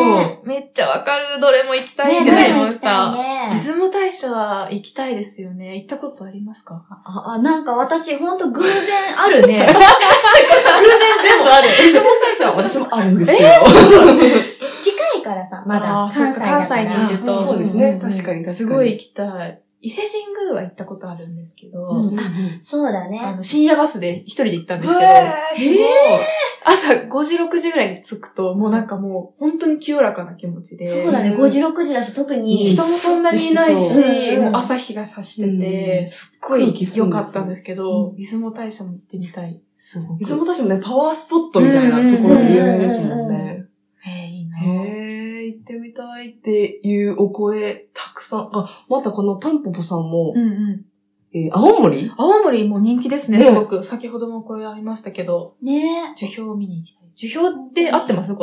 めっちゃわかる。どれも行きたいってなりました。ね、出雲大社は行きたいですよね。行ったことありますか？ あ、あなんか私ほんと偶然あるね。偶然全部ある。 出雲大社は私もあるんですよ。 えー、近いからさ、まだ関西だから。 関西にいると。 そうですね。確かに確かに。 すごい行きたい。伊勢神宮は行ったことあるんですけど、うんうんうん、 そうだね。 あの、深夜バスで一人で行ったんですけど、 えー、すごい。 朝ごじ、ろくじぐらいに着くと、もうなんかもう、本当に清らかな気持ちで。 そうだね、ごじ、ろくじだし、特に。 人もそんなにいないし、うん、もう朝日が差してて、うん、すっごい良かったんですけど、うん、出雲大社も行ってみたい。すごく。 出雲大社もね、パワースポットみたいなところが有名ですもんね。 へえ、いいな。 へー行ってみたいっていうお声たくさん。あ、またこのタンポポさんも、 うんうんえー、青森青森も人気ですね、すごく。先ほどもお声ありましたけど。 ね樹氷を見に行きたい。樹氷って合ってますこれ。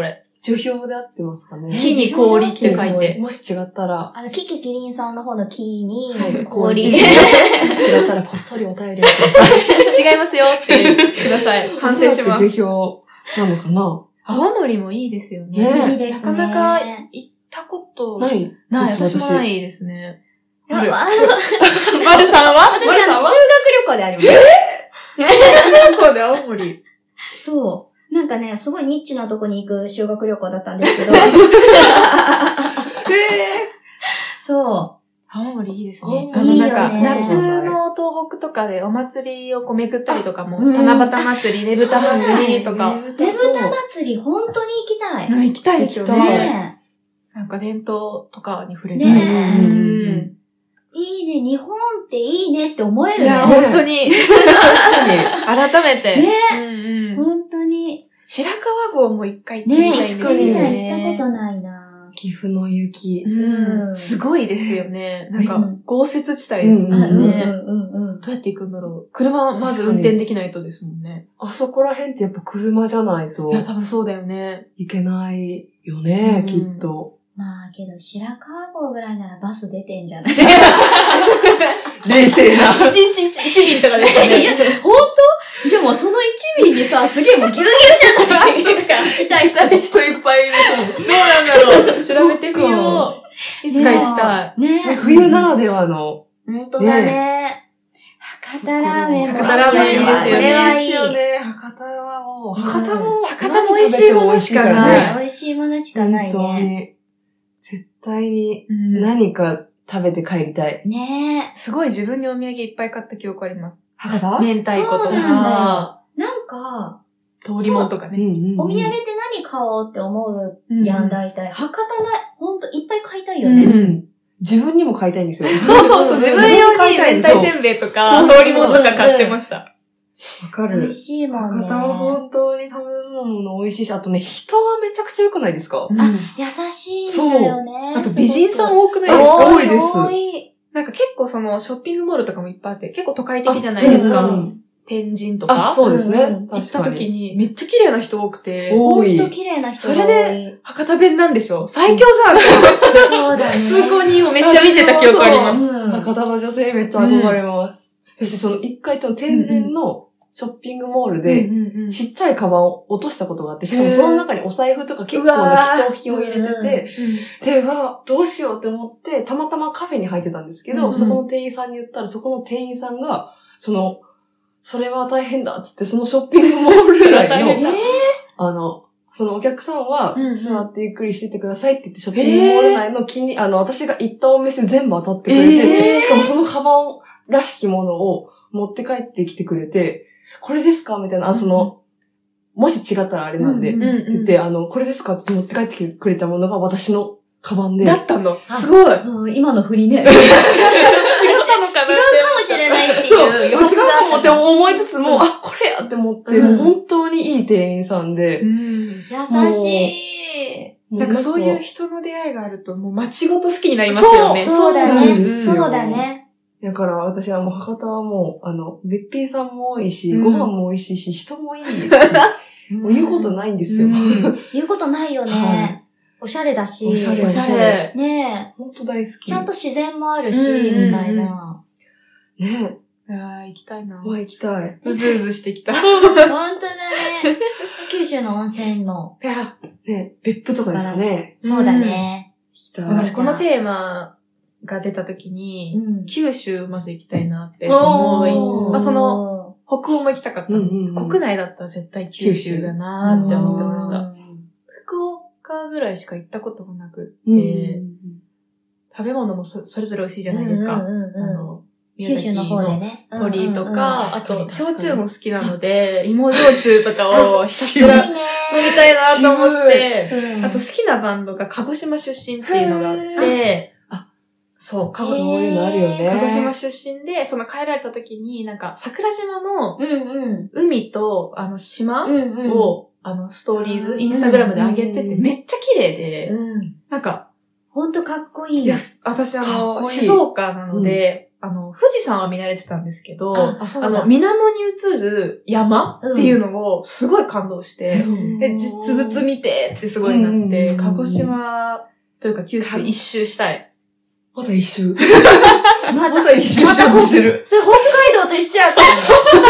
樹氷で合ってますかね。 木に氷って書いて。 もし違ったら。 あの、キキキリンさんの方の木に氷。 もし違ったらこっそりお便りをください。 違いますよって言ってください。反省します。 樹氷なのかな。 青森もいいですよね。 いいですね。 なかなか行ったことない。 ない。私もないですね。 まる。まるさんは私は修学旅行であります。 え修学旅行で青森。 そう。なんかね、すごいニッチなとこに行く修学旅行だったんですけど。そう。 青森いいですね。 あの、なんか、夏の東北とかでお祭りをこう巡ったりとかも、七夕祭り、ねぶた祭りとか。 ねぶた祭り、本当に行きたい。 行きたいですよね。なんか伝統とかに触れたい。ねいいね、日本っていいねって思えるね。 いや、本当に。改めて。 ね本当に。 白川郷も一回行ってみたいんですよね。 ね行ったことないな。 岐阜の雪。 うん。すごいですよね。なんか、豪雪地帯ですもんね。どうやって行くんだろう。車はまず運転できないとですもんね。 あそこら辺ってやっぱ車じゃないと。 いや、多分そうだよね。 いけないよね、きっと。 まあけど、白川郷ぐらいならバス出てんじゃない冷静な。 一日一便とかですね。 いや、ほんとじゃあもうその一便にさ、すげえもうギュウギュウじゃないとか、期待したい人いっぱいいると思う。 どうなんだろう。調べてみよう。いつか行きたい。 ね冬ならではの。 ほんとだね。博多ラーメンも。 博多ラーメンいいですよね。 これはいいですよね。博多はもう、博多も、 博多も美味しいものしかない。 美味しいものしかないね。 本当に。絶対に何か食べて帰りたい。 ねえ。 すごい自分にお土産いっぱい買った記憶あります。 博多明太子とか。 そうなんだよ。なんか、 通りもんとかね。 お土産って何買おうって思うやん、大体。博多ない、ほんといっぱい買いたいよね。 自分にも買いたいんですよ。 そうそうそう。自分用に明太せんべいとか、通りもんとか買ってました。 わかる。 美味しいもんね。 博多は本当に食べ物美味しいし、あとね、人はめちゃくちゃ良くないですか？ あ、優しいんだよね。 あと美人さん多くないですか？ 多いです。 多い。 なんか結構そのショッピングモールとかもいっぱいあって、結構都会的じゃないですか。天神とか。 あ、そうですね。 行った時にめっちゃ綺麗な人多くて。 多い。 ほんと綺麗な人が多い。 それで博多弁なんでしょ？最強じゃんってそうだね。 通行人をめっちゃ見てた記憶あります。 博多の女性めっちゃ憧れます。私その一回と天神のショッピングモールで、ちっちゃいカバンを落としたことがあって、しかもその中にお財布とか結構な貴重品を入れてて、で、うわ、どうしようって思って、たまたまカフェに入ってたんですけど、そこの店員さんに言ったら、そこの店員さんが、その、それは大変だっつって、そのショッピングモール内の、あの、そのお客さんは、座ってゆっくりしててくださいって言って、ショッピングモール内の気に、あの、私が行ったお店全部当たってくれて、しかもそのカバンらしきものを持って帰ってきてくれて、これですかみたいな、あ、その、もし違ったらあれなんで、って言って、あの、これですかって持って帰ってきてくれたものが私のカバンで。 だったのすごい。今の振りね。違ったのかな違うかもしれないっていう。 そう、違うかもって思いつつも、あ、これやって思って、本当にいい店員さんで。 優しい。 なんかそういう人の出会いがあると、もう街ごと好きになりますよね。 そうだね。そうだね。 だから私はもう博多はもう、あの、べっぴんさんも多いし、ご飯も美味しいし、人もいいし、もう言うことないんですよ。 言うことないよね。おしゃれだし。 おしゃれ、おしゃれ。 ねえ。 ほんと大好き。 ちゃんと自然もあるし、みたいな。 ねえ。いやー、行きたいな。 わ、行きたい。 うずうずしてきた。 ほんとだね。九州の温泉の。 いや、ね、別府とかですかね。 そうだね。 行きたい。 私このテーマ、が出た時に、うん、九州まず行きたいなって思い、まあ、その、北欧も行きたかった、うんうんうん。国内だったら絶対九州だなって思ってました。福岡ぐらいしか行ったことがなくって、うんうんうん、食べ物も そ, それぞれ美味しいじゃないですか。うんうんうん、あの九州の方でね。 鳥とか、うんうんうん、あと、焼酎も好きなので、芋焼酎とかをひたすら飲みたいなと思って、うん、あと好きなバンドが鹿児島出身っていうのがあって、そう、鹿児そういうのあるよね。 鹿児島出身で、その帰られた時に、なんか、桜島の、海と、あの、島を、うんうん、あの、ストーリーズ、インスタグラムで上げてて、めっちゃ綺麗で、うん、なんか、 ほんとかっこいい。 いや、私あの、静岡なので、 あの、富士山は見慣れてたんですけど、 ああそうだの、水面に映る山っていうのをすごい感動して、 うんで、実物見てってすごいなって、 うん鹿児島というか九州一周したい。 まだ一周。 ままだ一周しようとしてる。 それ北海道と一緒やったんだ。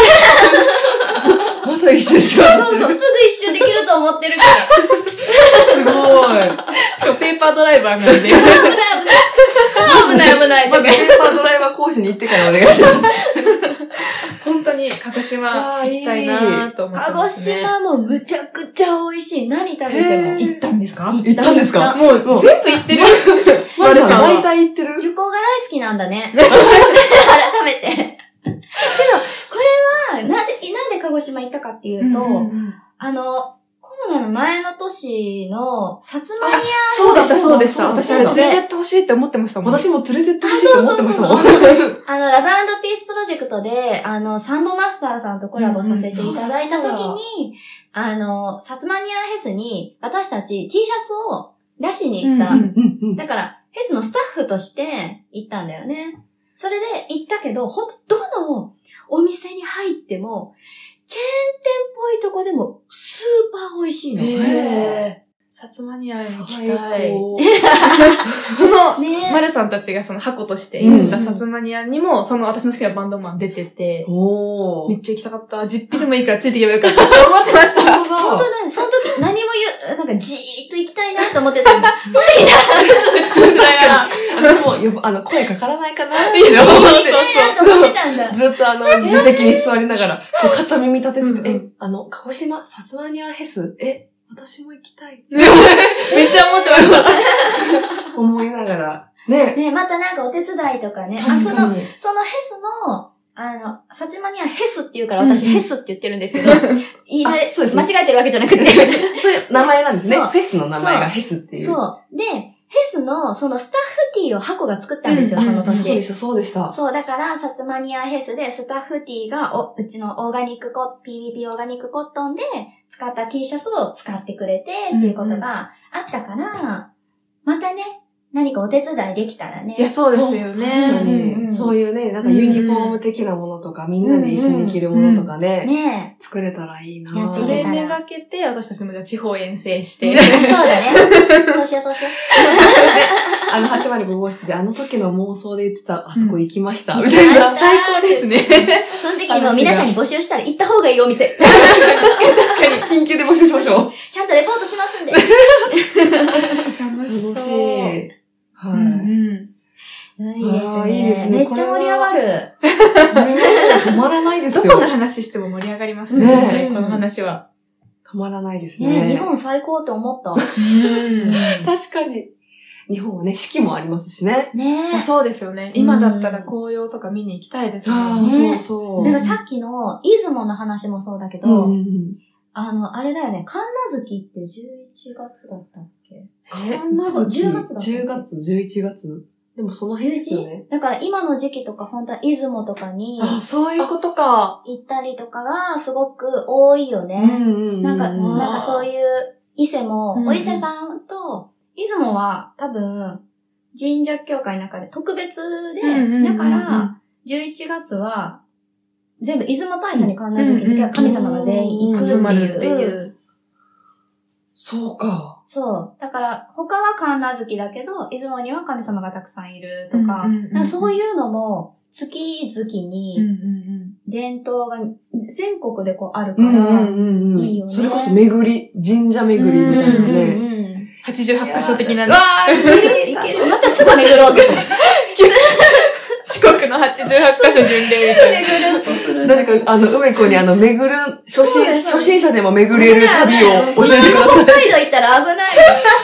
まだ一周しようとしてる。 そうそう、すぐ一周できると思ってるから。 すごい。 しかもペーパードライバーなんで。 危ない危ない。 危ない危ないまずペーパードライバー講師に行ってからお願いします。 本当に鹿児島行きたいなと思って鹿児ますね。 島もむちゃくちゃ美味しい。何食べても。 へー行ったんですか？ 行ったんですか？ もうもう全部行ってる。 マルさんマルさんは大体行ってる？ 旅行が大好きなんだね。改めて。けど、これは、なんで、なんで鹿児島行ったかっていうと、あの、コロナの前の年の、薩摩ニアそうでした、そうでした。 そうだ私あれ連れてってほしいって思ってましたもん。 私も連れてってほしいと思ってましたもん。 あそうそうそうあの、ラブ&ピースプロジェクトで、あの、サンボマスターさんとコラボさせていただいたときに、あの、薩摩ニアフェスに、私たち T シャツを出しに行った。 うんうんうんだから、フェスのスタッフとして行ったんだよね。それで行ったけど、ほんと、どのお店に入っても、チェーン店っぽいとこでも、スーパー美味しいの。 へー。薩摩ニアに行きたい。 最高その、 ねマルさんたちがその箱として行ったうん薩摩ニアにも、その私の好きなバンドマン出てて、 おー。 めっちゃ行きたかった。実費でもいいからついていけばよかったって思ってました。 本当本当だ。 ね、その時何も言う、なんかじーっと行きたいなと思ってたんだ。その時確かに。私もよ、あの、声かからないかなってそうそう思って行きたいなと思ってたんだ。 ずっとあの、自席に座りながら、こう片耳立ててて、え、あの、鹿児島、薩摩ニアフェス、え、私も行きたい。 めっちゃ思ってました。 思いながら、ね。 ね、またなんかお手伝いとかね。あ、その、 確かに。 そのヘスの、あの、薩摩にはヘスって言うから私うんうんヘスって言ってるんですけど、言い慣れ、 あそうですね間違えてるわけじゃなくて。 そういう名前なんですね。 そうフェスの名前がヘスっていう。 そう。で、ヘスのそのスタッフティーを箱が作ったんですよ、 うんその年。 そうでした、そうでした。 そう、だから、サツマニアヘスでスタッフティーがお、うちのオーガニックコ、ピービーピー オーガニックコットンで使った T シャツを使ってくれてっていうことがあったから、またね、何かお手伝いできたらね。 いや、そうですよね。 確かに、 うんうんそういうね、なんかユニフォーム的なものとか、みんなで一緒に着るものとかね、 ね作れたらいいなやっていけたらそれめがけて、私たちもじゃあ地方遠征して。 え。そうだね。そうしよう、そうしよあの、はちまるご号室であの時の妄想で言ってた、あそこ行きました、 うんみたいな。 最高ですね。 う。その時にもう皆さんに募集したら行った方がいいお店。 確かに確かに。緊急で募集しましょう。 ちゃんとレポートしますんで。 楽しそう。 楽しい。はい。 うんうんいいですあーね。 いいですねめっちゃ盛り上がる。 これは止まらないですよ。 どこの話しても盛り上がりますね。 ねえ本当にこの話は。 止まらないですね。 ね日本最高って思った。 うん確かに。日本はね、四季もありますしね。 ねまあそうですよね。今だったら紅葉とか見に行きたいですああ、 ね。 ねそうそう。 なんかさっきの出雲の話もそうだけど、 うんうんあの、あれだよね、神奈月ってじゅういちがつだったっけえ神奈月じゅうがつだったじゅうがつ、じゅういちがつ。でもその辺ですよね。 だから今の時期とか本当は出雲とかにあ、そういうことか。 行ったりとかがすごく多いよね。 んなんか、 んなんかそういう伊勢も、 うんお伊勢さんと、出雲は多分、神社協会の中で特別で、 うんうんうんうんだから、じゅういちがつは、全部出雲大社に神奈月で神様が全員行くって集まるってい。 いうう。 そうか。 そう。だから、他は神奈月だけど、出雲には神様がたくさんいるとか、 うんうんうんうんなんかそういうのも、月々にうんうん伝統が全国でこうあるかうんうら、 んうん。 いいよねそれこそ巡り、神社巡りみたいなうんうんね。 うんはちじゅうはち箇所的なねわー、いいける。またすぐ巡ろうとする。 四国のはちじゅうはち箇所巡礼みたいな。 巡ろうとする。 誰か、あの、梅子にあの、巡る、初心、 そうです初心者でも巡れる旅を教えてください。 北海道行ったら危ないよ。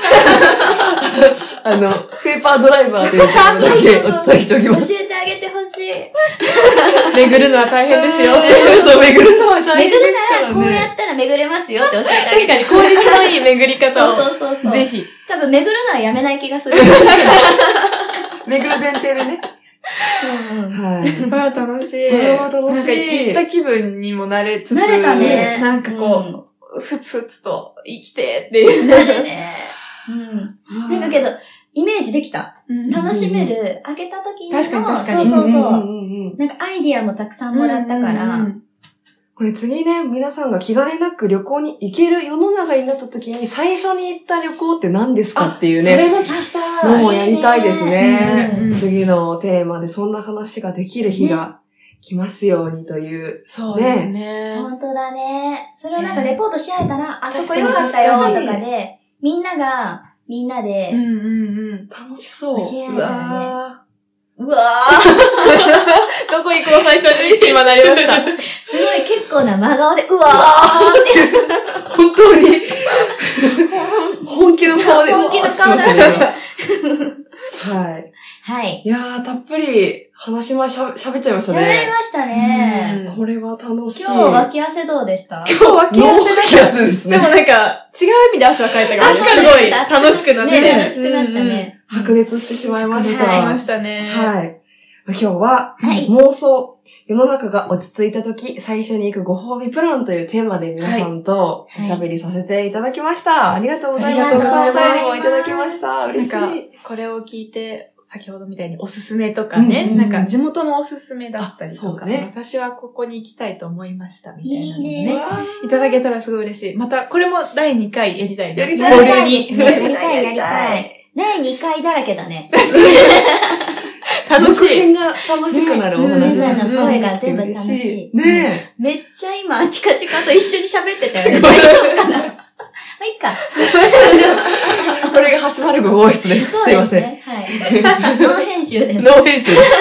あの、ペーパードライバーというところだけお伝えしておき教ます。 えてあげてほしい。 巡るのは大変ですよ。 そう、巡るのは大変巡るですからならこうやね。 ったら巡れますよって教えてあげて。 確かに効率のいい巡り方を。 そうそうそうそう。 ぜひ。 多分巡るのはやめない気がする。 巡る前提でね。 うんうんはい。 ああ、楽しい。 これは楽しいなんか行った気分にもなれつつ。 慣れたねなんかこう、ふつふつと生きてっていう。 なるね。うん。なんかけど、 イメージできた。 うん楽しめる、開けた時にの、 確かに確かにそうそうそう。 んうんうんうんなんかアイディアもたくさんもらったから、 うんうんうんこれ次ね、皆さんが気兼ねなく旅行に行ける世の中になった時に、最初に行った旅行って何ですかっていうね、 それも聞きたい。 のもやりたいですね。 うんうんうん次のテーマでそんな話ができる日が来ますようにという。 そうですね。 本当だね。それをなんかレポートし合えたら、あそこ確かに良かったよと確かにかで、みんなが、みんなでうんうんうん。 楽しそう。 教え合えうたらねわうわーどこ行くの最初にって今なりました。 すごい結構な真顔で、うわーって。 ー本当に、本気の顔で、 本気の顔うわーって言ってましたね今はい。 はい。 いやー、たっぷり話しま、しゃ、喋っちゃいました喋りね。 ましたね。 うんこれは楽しい。 今日脇汗どうでした今日脇汗だ脇汗ですね。 でもなんか、違う意味で汗はかいたから、 あすごい楽しくなってね、楽しくなったね。 白熱してしまいました。 しましたね。 はい。今日は、 はい妄想、世の中が落ち着いた時、最初に行くご褒美プランというテーマで皆さんとおしゃべりさせていただきました。ありがとうございます。 ありがとうございますたくさんお便りもいただきました。 なん嬉しい。 か、これを聞いて、先ほどみたいにおすすめとかね、 うんうんなんか地元のおすすめだったりとか、 あそうね私はここに行きたいと思いましたみたいなのをいいね、 ねわいただけたらすごい嬉しい。また、これもだいにかいやりたいね。 やりたい交流やりに。 たいですねやりたいやりたい。だいにかいだらけだね。 楽しい。 続編が楽しくなるお話ねだうん皆さんの声が全部楽しいねめっちゃ今、チカチカと一緒に喋ってたよね。大丈夫かなまあいいか。 え。これがはちまるご号室です。 そうすいません。 ですね。はい。ノー編集です。 ノー編集です。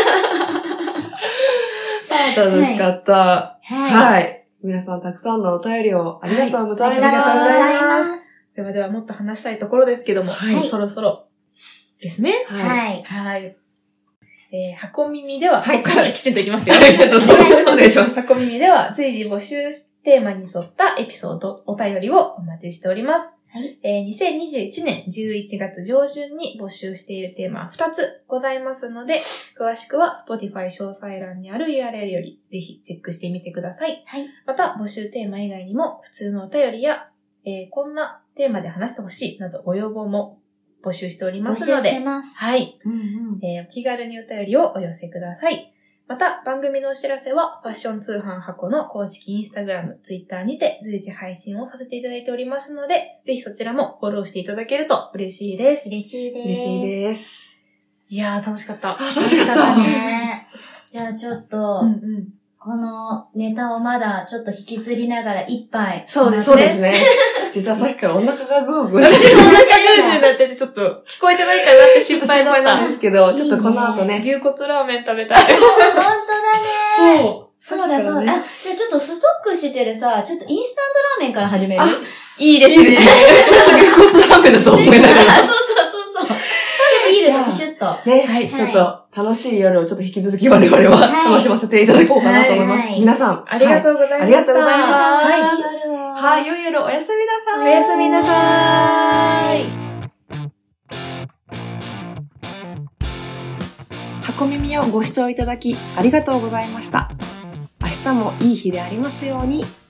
楽しかった。 はい。 はい。皆さんたくさんのお便りをありがとうございます。 ありがとうございます。 ではではもっと話したいところですけども、 はいもうそろそろですね。 はい。 はい。 はい。えー、箱耳では、 はいここからきちんといきますよ。 ありがとうございます。お願いします。 箱耳では随時募集テーマに沿ったエピソード、お便りをお待ちしております。 はいえー、にせんにじゅういちねんじゅういちがつ上旬に募集しているテーマはふたつございますので、詳しくは Spotify 詳細欄にある ユーアールエル よりぜひチェックしてみてください。 はい。 また、募集テーマ以外にも普通のお便りや、えー、こんなテーマで話してほしいなどご要望も募集しており募ますので、 集してます。 はい。 うんうん。 えーお気軽にお便りをお寄せください。また、番組のお知らせは、ファッション通販箱の公式インスタグラム、ツイッターにて随時配信をさせていただいておりますので、ぜひそちらもフォローしていただけると嬉しいです。 嬉しいです。 嬉しいです。 いやー、楽しかった。 あ楽しかったね。じゃあちょっと、 うんうん。 このネタをまだちょっと引きずりながら一杯。 そうですそうですね。実はさっきからお腹がグーグー。 私もお腹グーグーになってて、ちょっと聞こえてないかなって心配だった。 心配なんですけど、ちょっとこの後ね。 牛骨ラーメン食べたい。 本当だね。 そう。 そうだそうだ。あ、じゃあちょっとストックしてるさ、ちょっとインスタントラーメンから始める。 あいいですね。 いいですね。牛骨ラーメンだと思いながら。 あ、そうそうそうそう。ビールでシュッと。 ね、 はいちょっと楽しい夜をちょっと引き続き我々ははい楽しませていただこうかなと思います。 はい皆さん。 ありがとうございました。 ありがとうございますはい、 はい夜を。 はい、良い夜おやすみなさい。 おやすみなさーい。 箱耳をご視聴いただきありがとうございました。明日もいい日でありますように。